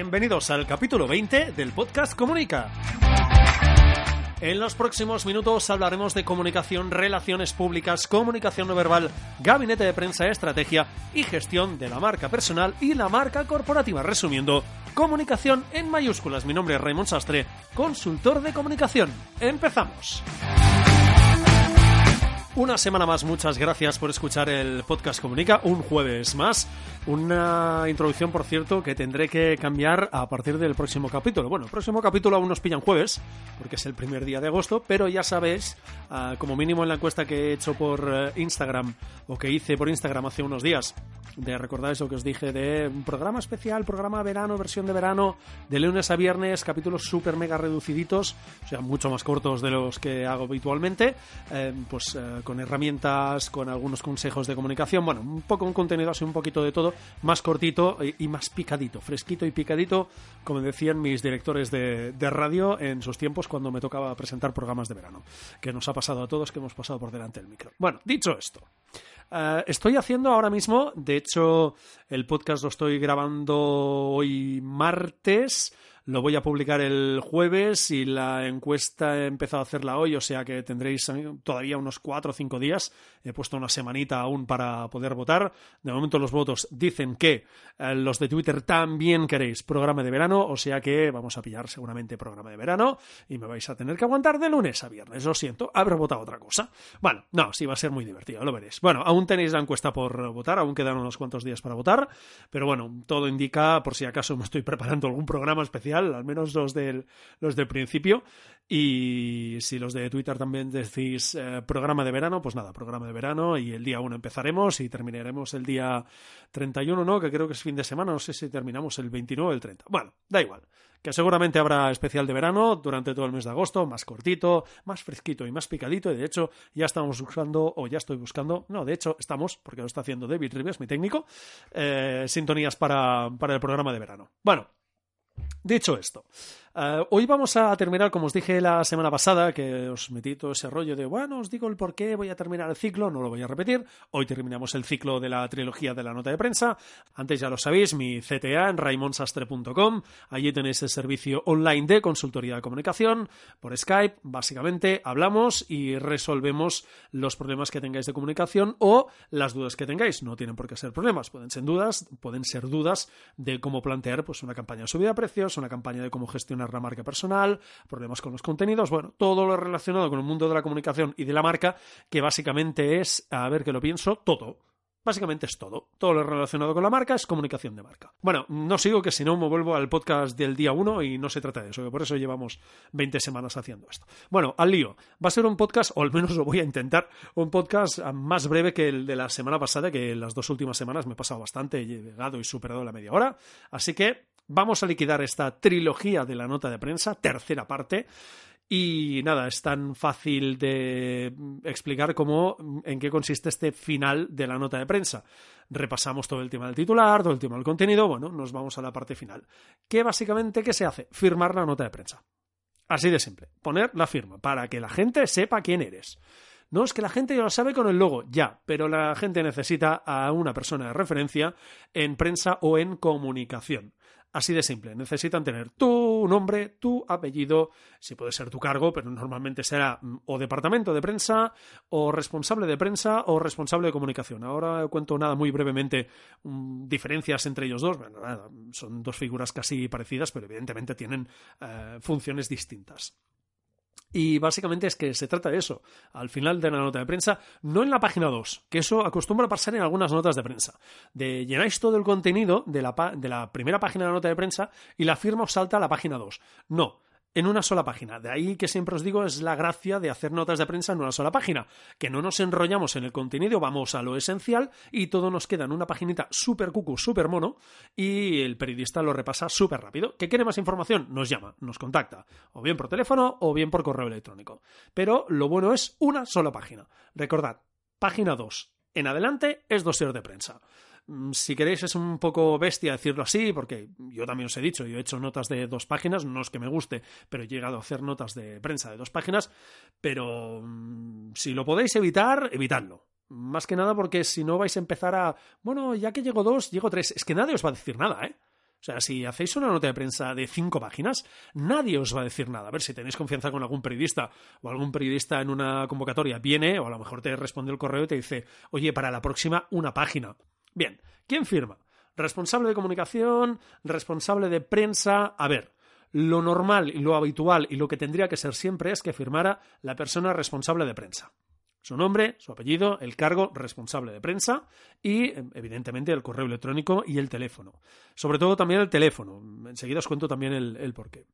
Bienvenidos al capítulo 20 del podcast Comunica. En los próximos minutos hablaremos de comunicación, relaciones públicas, comunicación no verbal, gabinete de prensa, estrategia y gestión de la marca personal y la marca corporativa. Resumiendo, comunicación en mayúsculas. Mi nombre es Raimon Sastre, consultor de comunicación. ¡Empezamos! Una semana más, muchas gracias por escuchar el podcast Comunica, un jueves más. Una introducción, por cierto, que tendré que cambiar a partir del próximo capítulo. Bueno, el próximo capítulo aún nos pillan jueves, porque es el primer día de agosto, pero ya sabéis, como mínimo en la encuesta que he hecho por Instagram, o que hice por Instagram hace unos días, de recordar eso que os dije de un programa especial, programa verano, versión de verano, de lunes a viernes, capítulos súper mega reduciditos, o sea, mucho más cortos de los que hago habitualmente, con herramientas, con algunos consejos de comunicación, bueno, un poco un contenido así, un poquito de todo, más cortito y más picadito, fresquito y picadito, como decían mis directores de radio en sus tiempos cuando me tocaba presentar programas de verano, que nos ha pasado a todos, que hemos pasado por delante del micro. Bueno, dicho esto, estoy haciendo ahora mismo, de hecho el podcast lo estoy grabando hoy martes, lo voy a publicar el jueves y la encuesta he empezado a hacerla hoy, o sea que tendréis todavía unos 4 o 5 días. He puesto una semanita aún para poder votar. De momento los votos dicen que los de Twitter también queréis programa de verano, o sea que vamos a pillar seguramente programa de verano y me vais a tener que aguantar de lunes a viernes. Lo siento, haber votado otra cosa. Bueno, no, sí va a ser muy divertido, lo veréis. Bueno, aún tenéis la encuesta por votar, aún quedan unos cuantos días para votar, pero bueno, todo indica, por si acaso me estoy preparando algún programa especial, al menos los del principio, y si los de Twitter también decís programa de verano, pues nada, programa de verano, y el día 1 empezaremos y terminaremos el día 31, ¿no? Que creo que es fin de semana, no sé si terminamos el 29 o el 30. Bueno, da igual, que seguramente habrá especial de verano durante todo el mes de agosto, más cortito, más fresquito y más picadito, y de hecho ya estamos buscando, o ya estoy buscando, no, de hecho estamos, porque lo está haciendo David Ribes, mi técnico, sintonías para el programa de verano. Bueno, dicho esto, hoy vamos a terminar, como os dije la semana pasada, que os metí todo ese rollo de, bueno, os digo el por qué voy a terminar el ciclo, no lo voy a repetir. Hoy terminamos el ciclo de la trilogía de la nota de prensa. Antes ya lo sabéis, mi CTA en raimonsastre.com. Allí tenéis el servicio online de consultoría de comunicación por Skype. Básicamente hablamos y resolvemos los problemas que tengáis de comunicación o las dudas que tengáis. No tienen por qué ser problemas, pueden ser dudas de cómo plantear pues una campaña de subida de precios, una campaña de cómo gestionar la marca personal, problemas con los contenidos, bueno, todo lo relacionado con el mundo de la comunicación y de la marca, que básicamente es, a ver que lo pienso, todo. Básicamente es todo. Todo lo relacionado con la marca es comunicación de marca. Bueno, no sigo, que si no me vuelvo al podcast del día 1 y no se trata de eso, que por eso llevamos 20 semanas haciendo esto. Bueno, al lío. Va a ser un podcast, o al menos lo voy a intentar, un podcast más breve que el de la semana pasada, que las 2 últimas semanas me he pasado bastante, he llegado y superado la media hora. Así que vamos a liquidar esta trilogía de la nota de prensa, tercera parte. Y nada, es tan fácil de explicar como en qué consiste este final de la nota de prensa. Repasamos todo el tema del titular, todo el tema del contenido, bueno, nos vamos a la parte final. ¿Qué se hace? Firmar la nota de prensa. Así de simple, poner la firma para que la gente sepa quién eres. No, es que la gente ya lo sabe con el logo, ya, pero la gente necesita a una persona de referencia en prensa o en comunicación. Así de simple, necesitan tener tu nombre, tu apellido, si puede ser tu cargo, pero normalmente será o departamento de prensa, o responsable de prensa, o responsable de comunicación. Ahora cuento muy brevemente diferencias entre ellos dos. Bueno, nada, son dos figuras casi parecidas, pero evidentemente tienen funciones distintas. Y básicamente es que se trata de eso, al final de la nota de prensa, no en la página 2, que eso acostumbra a pasar en algunas notas de prensa. Llenáis todo el contenido de la primera página de la nota de prensa y la firma os salta a la página 2. No, en una sola página. De ahí que siempre os digo, es la gracia de hacer notas de prensa en una sola página, que no nos enrollamos en el contenido, vamos a lo esencial y todo nos queda en una paginita súper cucu, súper mono, y el periodista lo repasa súper rápido. ¿Que quiere más información? Nos llama, nos contacta, o bien por teléfono o bien por correo electrónico. Pero lo bueno es una sola página. Recordad, página 2 en adelante es dossier de prensa. Si queréis, es un poco bestia decirlo así, porque yo también os he dicho, yo he hecho notas de 2 páginas, no es que me guste, pero he llegado a hacer notas de prensa de 2 páginas, pero si lo podéis evitar, evitadlo. Más que nada porque si no vais a empezar a, bueno, ya que llego 2, llego 3, es que nadie os va a decir nada, ¿eh? sea, si hacéis una nota de prensa de 5 páginas, nadie os va a decir nada. A ver, si tenéis confianza con algún periodista o algún periodista en una convocatoria viene, o a lo mejor te responde el correo y te dice, oye, para la próxima, una página. Bien, ¿quién firma? Responsable de comunicación, responsable de prensa. A ver, lo normal y lo habitual y lo que tendría que ser siempre es que firmara la persona responsable de prensa. Su nombre, su apellido, el cargo, responsable de prensa y, evidentemente, el correo electrónico y el teléfono. Sobre todo también el teléfono. Enseguida os cuento también el porqué.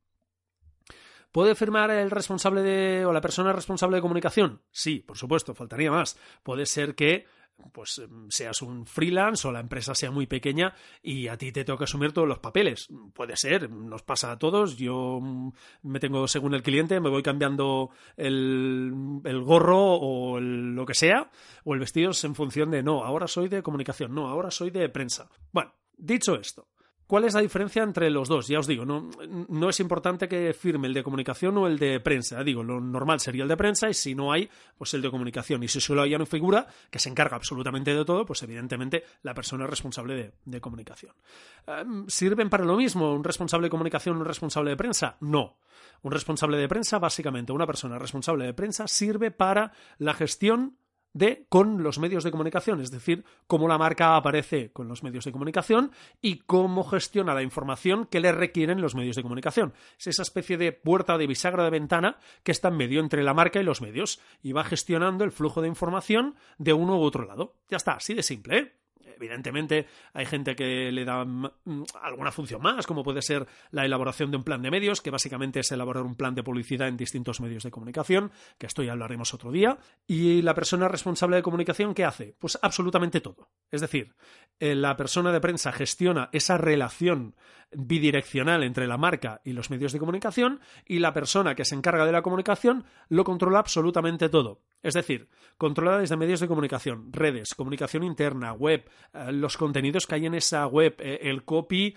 ¿Puede firmar el responsable o la persona responsable de comunicación? Sí, por supuesto, faltaría más. Puede ser que pues seas un freelance o la empresa sea muy pequeña y a ti te toca asumir todos los papeles. Puede ser, nos pasa a todos. Yo me tengo, según el cliente, me voy cambiando el gorro o lo que sea, o el vestido en función de, no, ahora soy de comunicación, no, ahora soy de prensa. Bueno, dicho esto, ¿cuál es la diferencia entre los dos? Ya os digo, no es importante que firme el de comunicación o el de prensa. Digo, lo normal sería el de prensa y si no hay, pues el de comunicación. Y si solo hay una figura que se encarga absolutamente de todo, pues evidentemente la persona es responsable de comunicación. ¿Sirven para lo mismo un responsable de comunicación o un responsable de prensa? No. Un responsable de prensa, básicamente una persona responsable de prensa, sirve para la gestión con los medios de comunicación, es decir, cómo la marca aparece con los medios de comunicación y cómo gestiona la información que le requieren los medios de comunicación. Es esa especie de puerta de bisagra de ventana que está en medio entre la marca y los medios y va gestionando el flujo de información de uno u otro lado. Ya está, así de simple, ¿eh? Evidentemente hay gente que le da alguna función más, como puede ser la elaboración de un plan de medios, que básicamente es elaborar un plan de publicidad en distintos medios de comunicación, que esto ya hablaremos otro día. Y la persona responsable de comunicación, ¿qué hace? Pues absolutamente todo. Es decir, la persona de prensa gestiona esa relación bidireccional entre la marca y los medios de comunicación y la persona que se encarga de la comunicación lo controla absolutamente todo. Es decir, controla desde medios de comunicación, redes, comunicación interna, web, los contenidos que hay en esa web, el copy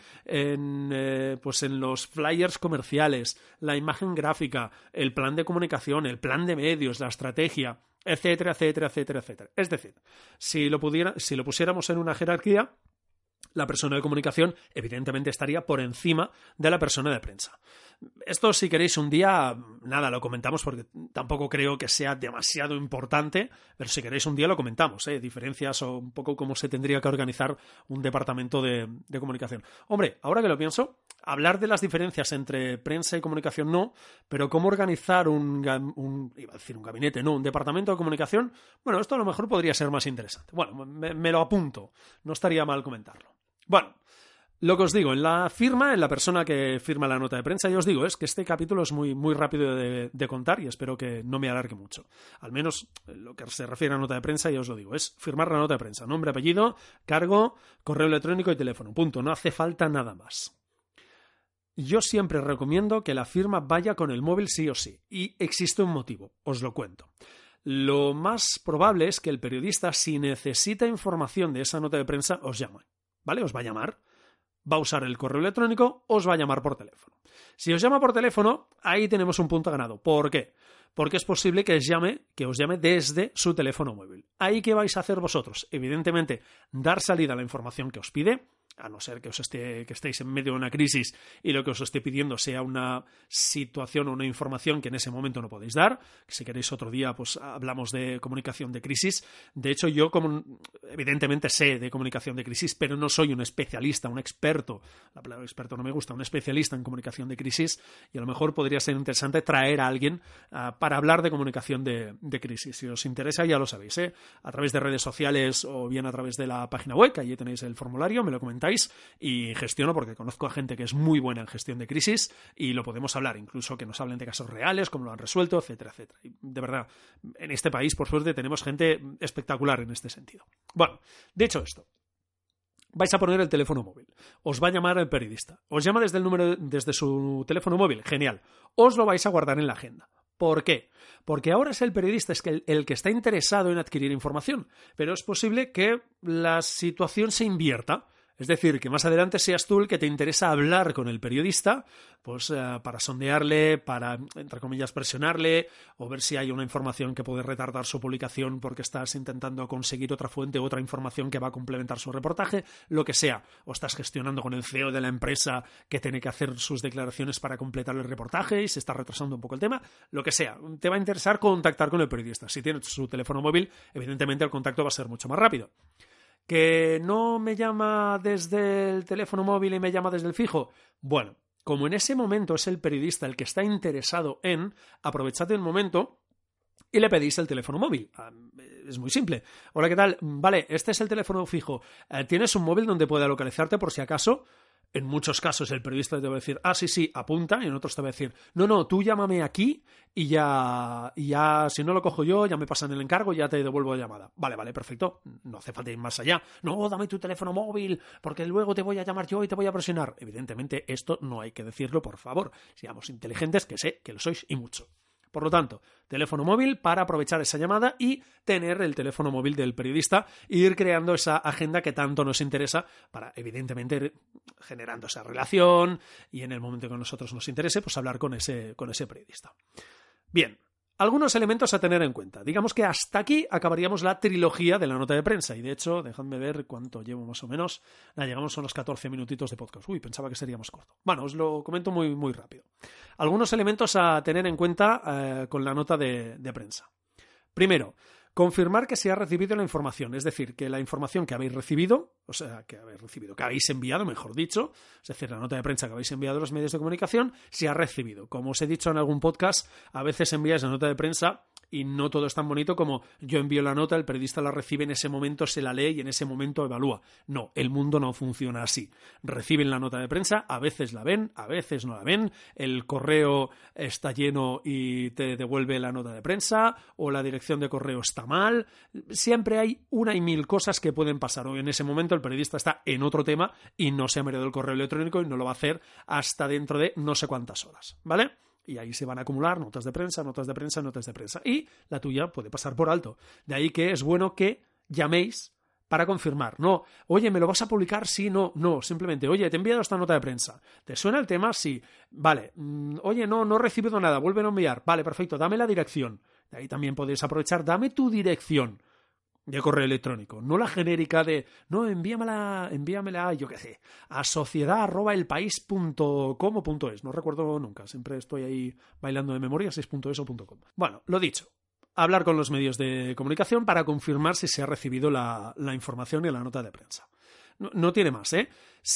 en los flyers comerciales, la imagen gráfica, el plan de comunicación, el plan de medios, la estrategia, etcétera, etcétera, etcétera, etcétera. Es decir, si lo pusiéramos en una jerarquía, la persona de comunicación evidentemente estaría por encima de la persona de prensa. Esto, si queréis un día, nada, lo comentamos porque tampoco creo que sea demasiado importante, pero si queréis un día lo comentamos, diferencias o un poco cómo se tendría que organizar un departamento de comunicación. Hombre, ahora que lo pienso, hablar de las diferencias entre prensa y comunicación no, pero cómo organizar un gabinete, no, un departamento de comunicación, bueno, esto a lo mejor podría ser más interesante. Bueno, me lo apunto, no estaría mal comentarlo. Bueno, lo que os digo, en la persona que firma la nota de prensa, ya os digo, es que este capítulo es muy, muy rápido de contar y espero que no me alargue mucho. Al menos lo que se refiere a nota de prensa, ya os lo digo, es firmar la nota de prensa. Nombre, apellido, cargo, correo electrónico y teléfono. Punto. No hace falta nada más. Yo siempre recomiendo que la firma vaya con el móvil sí o sí. Y existe un motivo, os lo cuento. Lo más probable es que el periodista, si necesita información de esa nota de prensa, os llame. ¿Vale? Os va a llamar. Va a usar el correo electrónico, os va a llamar por teléfono. Si os llama por teléfono, ahí tenemos un punto ganado. ¿Por qué? Porque es posible que os llame desde su teléfono móvil. ¿Ahí qué vais a hacer vosotros? Evidentemente, dar salida a la información que os pide, a no ser que estéis en medio de una crisis y lo que os esté pidiendo sea una situación o una información que en ese momento no podéis dar. Si queréis otro día, pues hablamos de comunicación de crisis. De hecho, yo evidentemente sé de comunicación de crisis, pero no soy un especialista, un experto. La palabra experto no me gusta, un especialista en comunicación de crisis, y a lo mejor podría ser interesante traer a alguien para hablar de comunicación de crisis. Si os interesa, ya lo sabéis, a través de redes sociales o bien a través de la página web, que allí tenéis el formulario, me lo comentáis y gestiono, porque conozco a gente que es muy buena en gestión de crisis y lo podemos hablar, incluso que nos hablen de casos reales, cómo lo han resuelto, etcétera, etcétera. Y de verdad, en este país, por suerte, tenemos gente espectacular en este sentido. Bueno, dicho esto, vais a poner el teléfono móvil. Os va a llamar el periodista. Os llama desde su teléfono móvil. Genial. Os lo vais a guardar en la agenda. ¿Por qué? Porque ahora es el periodista el que está interesado en adquirir información, pero es posible que la situación se invierta. Es decir, que más adelante seas tú el que te interesa hablar con el periodista, pues para sondearle, para, entre comillas, presionarle, o ver si hay una información que puede retardar su publicación porque estás intentando conseguir otra fuente, otra información que va a complementar su reportaje, lo que sea. O estás gestionando con el CEO de la empresa que tiene que hacer sus declaraciones para completar el reportaje y se está retrasando un poco el tema, lo que sea. Te va a interesar contactar con el periodista. Si tienes su teléfono móvil, evidentemente el contacto va a ser mucho más rápido. ¿Que no me llama desde el teléfono móvil y me llama desde el fijo? Bueno, como en ese momento es el periodista el que está interesado en, aprovechad el momento y le pedís el teléfono móvil. Es muy simple. Hola, ¿qué tal? Vale, este es el teléfono fijo. ¿Tienes un móvil donde pueda localizarte por si acaso? En muchos casos el periodista te va a decir, sí, apunta, y en otros te va a decir, no, tú llámame aquí y ya, si no lo cojo yo, ya me pasan el encargo y ya te devuelvo la llamada. Vale, perfecto, no hace falta ir más allá. No, dame tu teléfono móvil, porque luego te voy a llamar yo y te voy a presionar. Evidentemente, esto no hay que decirlo, por favor. Seamos inteligentes, que sé que lo sois y mucho. Por lo tanto, teléfono móvil para aprovechar esa llamada y tener el teléfono móvil del periodista e ir creando esa agenda que tanto nos interesa para, evidentemente, ir generando esa relación y en el momento que a nosotros nos interese, pues hablar con ese periodista. Bien. Algunos elementos a tener en cuenta. Digamos que hasta aquí acabaríamos la trilogía de la nota de prensa. Y de hecho, dejadme ver cuánto llevo más o menos. Llegamos a unos 14 minutitos de podcast. Pensaba que sería más corto. Bueno, os lo comento muy, muy rápido. Algunos elementos a tener en cuenta con la nota de prensa. Primero, confirmar que se ha recibido la información, es decir, que la información que habéis recibido, que habéis enviado, mejor dicho, es decir, la nota de prensa que habéis enviado a los medios de comunicación, se ha recibido. Como os he dicho en algún podcast, a veces enviáis la nota de prensa y no todo es tan bonito como yo envío la nota, el periodista la recibe, en ese momento se la lee y en ese momento evalúa. No, el mundo no funciona así. Reciben la nota de prensa, a veces la ven, a veces no la ven, el correo está lleno y te devuelve la nota de prensa, o la dirección de correo está mal. Siempre hay una y mil cosas que pueden pasar. O en ese momento el periodista está en otro tema y no se ha mirado el correo electrónico y no lo va a hacer hasta dentro de no sé cuántas horas, ¿vale? Y ahí se van a acumular notas de prensa. Y la tuya puede pasar por alto. De ahí que es bueno que llaméis para confirmar. No, oye, ¿me lo vas a publicar? Sí, no. Simplemente, oye, te he enviado esta nota de prensa. ¿Te suena el tema? Sí. Vale. Oye, no he recibido nada. Vuelven a enviar. Vale, perfecto. Dame la dirección. De ahí también podéis aprovechar. Dame tu dirección de correo electrónico, no la genérica de no, envíamela, yo qué sé, a sociedad@elpaís.com o .es, no recuerdo nunca, siempre estoy ahí bailando de memoria, si es .es o .com. Bueno, lo dicho, hablar con los medios de comunicación para confirmar si se ha recibido la información y la nota de prensa. No tiene más, ¿eh?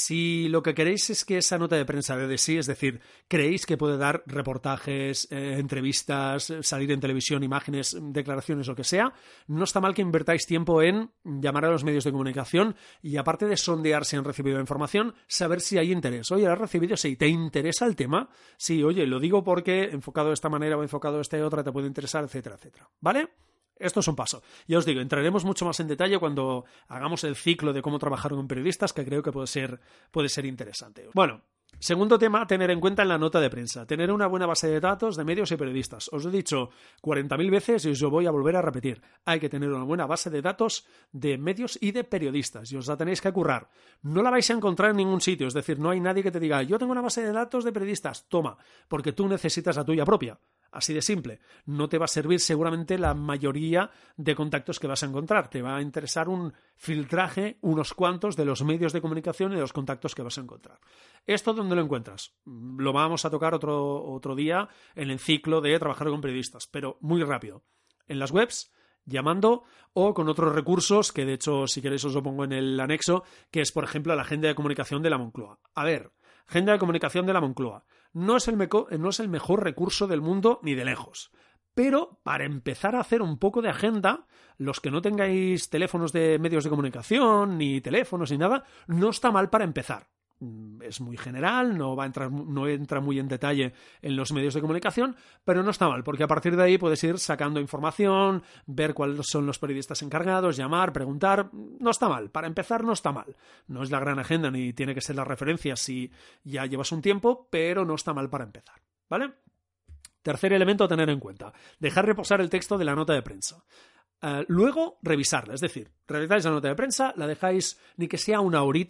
Si lo que queréis es que esa nota de prensa dé de sí, es decir, creéis que puede dar reportajes, entrevistas, salir en televisión, imágenes, declaraciones, lo que sea, no está mal que invertáis tiempo en llamar a los medios de comunicación y, aparte de sondear si han recibido la información, saber si hay interés. Oye, ¿la has recibido? Sí. ¿Te interesa el tema? Sí, oye, lo digo porque enfocado de esta manera o enfocado de esta otra te puede interesar, etcétera, etcétera. ¿Vale? Esto es un paso. Ya os digo, entraremos mucho más en detalle cuando hagamos el ciclo de cómo trabajar con periodistas, que creo que puede ser interesante. Bueno, segundo tema a tener en cuenta en la nota de prensa. Tener una buena base de datos de medios y periodistas. Os lo he dicho 40.000 veces y os lo voy a volver a repetir. Hay que tener una buena base de datos de medios y de periodistas. Y os la tenéis que currar. No la vais a encontrar en ningún sitio. Es decir, no hay nadie que te diga, yo tengo una base de datos de periodistas. Toma, porque tú necesitas la tuya propia. Así de simple. No te va a servir seguramente la mayoría de contactos que vas a encontrar. Te va a interesar un filtraje, unos cuantos de los medios de comunicación y de los contactos que vas a encontrar. ¿Esto dónde lo encuentras? Lo vamos a tocar otro día en el ciclo de trabajar con periodistas, pero muy rápido. En las webs, llamando o con otros recursos que, de hecho, si queréis os lo pongo en el anexo, que es, por ejemplo, la agenda de comunicación de la Moncloa. A ver, agenda de comunicación de la Moncloa. No es el mejor recurso del mundo ni de lejos. Pero para empezar a hacer un poco de agenda, los que no tengáis teléfonos de medios de comunicación, ni teléfonos ni nada, no está mal para empezar. Es muy general, no entra muy en detalle en los medios de comunicación, pero no está mal, porque a partir de ahí puedes ir sacando información, ver cuáles son los periodistas encargados, llamar, preguntar. No está mal, para empezar no está mal. No es la gran agenda ni tiene que ser la referencia si ya llevas un tiempo, pero no está mal para empezar, ¿vale? Tercer elemento a tener en cuenta: dejar reposar el texto de la nota de prensa. Luego revisarla, es decir, revisáis la nota de prensa, la dejáis ni que sea una horita,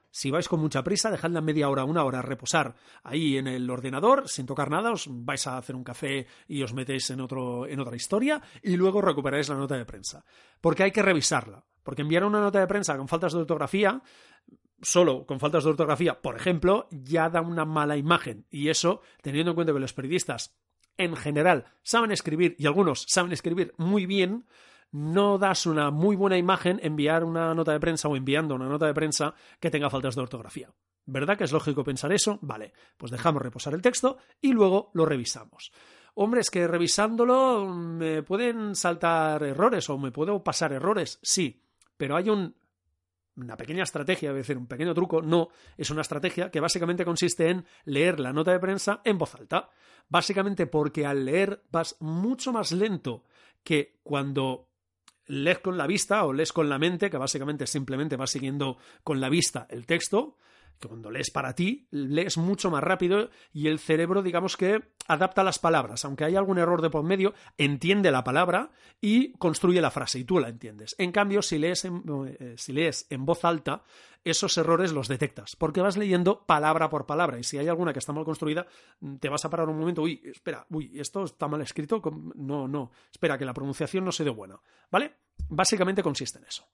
Si vais con mucha prisa, dejadla media hora, una hora reposar ahí en el ordenador, sin tocar nada, os vais a hacer un café y os metéis en otra historia y luego recuperáis la nota de prensa. Porque hay que revisarla. Porque enviar una nota de prensa con faltas de ortografía, solo con faltas de ortografía, por ejemplo, ya da una mala imagen. Y eso, teniendo en cuenta que los periodistas en general saben escribir, y algunos saben escribir muy bien, no das una muy buena imagen enviar una nota de prensa o enviando una nota de prensa que tenga faltas de ortografía. ¿Verdad que es lógico pensar eso? Vale, pues dejamos reposar el texto y luego lo revisamos. Hombre, es que revisándolo me pueden saltar errores o me puedo pasar errores. Sí, pero hay una pequeña estrategia, es decir, un pequeño truco. No, es una estrategia que básicamente consiste en leer la nota de prensa en voz alta. Básicamente porque al leer vas mucho más lento que cuando lees con la vista o lees con la mente, que básicamente simplemente vas siguiendo con la vista el texto, que cuando lees para ti, lees mucho más rápido y el cerebro, digamos que adapta las palabras. Aunque haya algún error de por medio, entiende la palabra y construye la frase y tú la entiendes. En cambio, si lees en voz alta, esos errores los detectas, porque vas leyendo palabra por palabra y si hay alguna que está mal construida, te vas a parar un momento, esto está mal escrito, no, espera, que la pronunciación no se dio buena, ¿vale? Básicamente consiste en eso.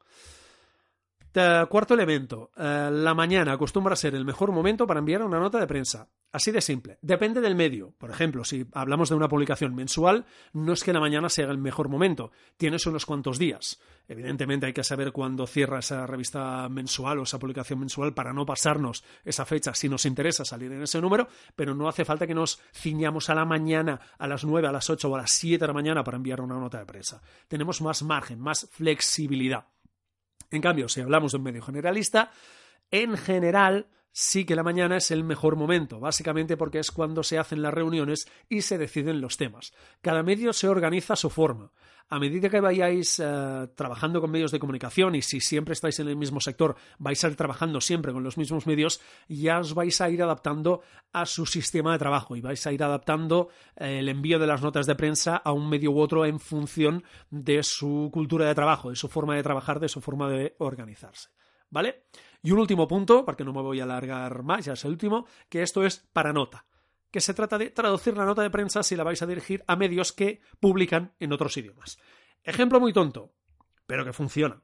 Cuarto elemento, la mañana acostumbra a ser el mejor momento para enviar una nota de prensa. Así de simple. Depende del medio. Por ejemplo, si hablamos de una publicación mensual, no es que la mañana sea el mejor momento. Tienes unos cuantos días. Evidentemente hay que saber cuándo cierra esa revista mensual o esa publicación mensual para no pasarnos esa fecha si nos interesa salir en ese número, pero no hace falta que nos ciñamos a la mañana, a las 9, a las 8 o a las 7 de la mañana para enviar una nota de prensa. Tenemos más margen, más flexibilidad. En cambio, si hablamos de un medio generalista, en general sí que la mañana es el mejor momento, básicamente porque es cuando se hacen las reuniones y se deciden los temas. Cada medio se organiza a su forma. A medida que vayáis trabajando con medios de comunicación y si siempre estáis en el mismo sector, vais a ir trabajando siempre con los mismos medios, ya os vais a ir adaptando a su sistema de trabajo y vais a ir adaptando el envío de las notas de prensa a un medio u otro en función de su cultura de trabajo, de su forma de trabajar, de su forma de organizarse. ¿Vale? Y un último punto, porque no me voy a alargar más, ya es el último, que esto es para nota, que se trata de traducir la nota de prensa si la vais a dirigir a medios que publican en otros idiomas. Ejemplo muy tonto, pero que funciona.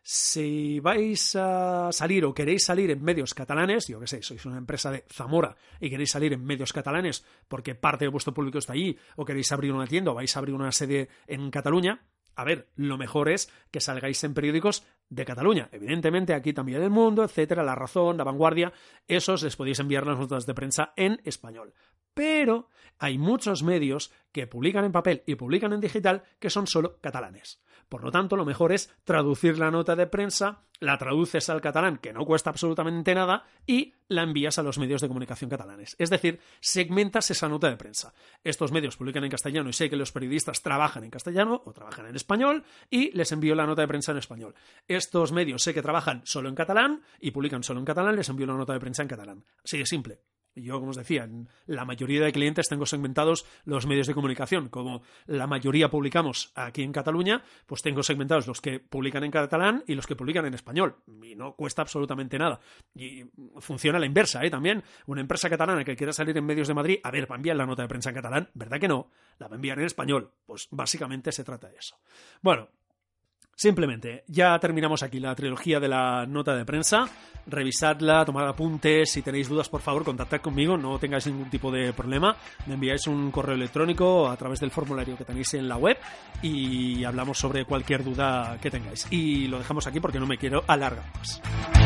Si vais a salir o queréis salir en medios catalanes, yo qué sé, sois una empresa de Zamora y queréis salir en medios catalanes porque parte de vuestro público está allí, o queréis abrir una tienda o vais a abrir una sede en Cataluña, a ver, lo mejor es que salgáis en periódicos de Cataluña. Evidentemente, aquí también El Mundo, etcétera, La Razón, La Vanguardia, esos les podéis enviar las notas de prensa en español. Pero hay muchos medios que publican en papel y publican en digital que son solo catalanes. Por lo tanto, lo mejor es traducir la nota de prensa, la traduces al catalán, que no cuesta absolutamente nada, y la envías a los medios de comunicación catalanes. Es decir, segmentas esa nota de prensa. Estos medios publican en castellano y sé que los periodistas trabajan en castellano o trabajan en español y les envío la nota de prensa en español. Estos medios sé que trabajan solo en catalán y publican solo en catalán, les envío la nota de prensa en catalán. Así de simple. Yo, como os decía, en la mayoría de clientes tengo segmentados los medios de comunicación. Como la mayoría publicamos aquí en Cataluña, pues tengo segmentados los que publican en catalán y los que publican en español. Y no cuesta absolutamente nada. Y funciona a la inversa, también. Una empresa catalana que quiera salir en medios de Madrid, a ver, va a enviar la nota de prensa en catalán, ¿verdad que no? La va a enviar en español. Pues básicamente se trata de eso. Bueno, simplemente, ya terminamos aquí la trilogía de la nota de prensa. Revisadla, tomad apuntes. Si tenéis dudas, por favor, contactad conmigo. No tengáis ningún tipo de problema. Me enviáis un correo electrónico a través del formulario que tenéis en la web y hablamos sobre cualquier duda que tengáis. Y lo dejamos aquí porque no me quiero alargar más.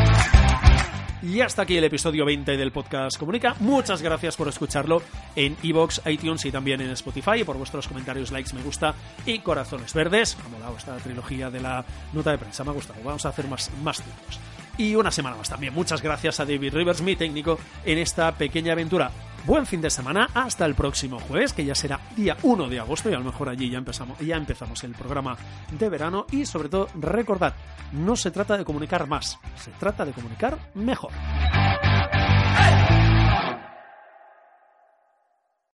Y hasta aquí el episodio 20 del podcast Comunica. Muchas gracias por escucharlo en iVoox, iTunes y también en Spotify, y por vuestros comentarios, likes, me gusta y corazones verdes. Me ha molado esta trilogía de la nota de prensa, me ha gustado. Vamos a hacer más títulos. Y una semana más también. Muchas gracias a David Rivers, mi técnico, en esta pequeña aventura. Buen fin de semana, hasta el próximo jueves, que ya será día 1 de agosto, y a lo mejor allí ya empezamos el programa de verano. Y sobre todo, recordad, no se trata de comunicar más, se trata de comunicar mejor.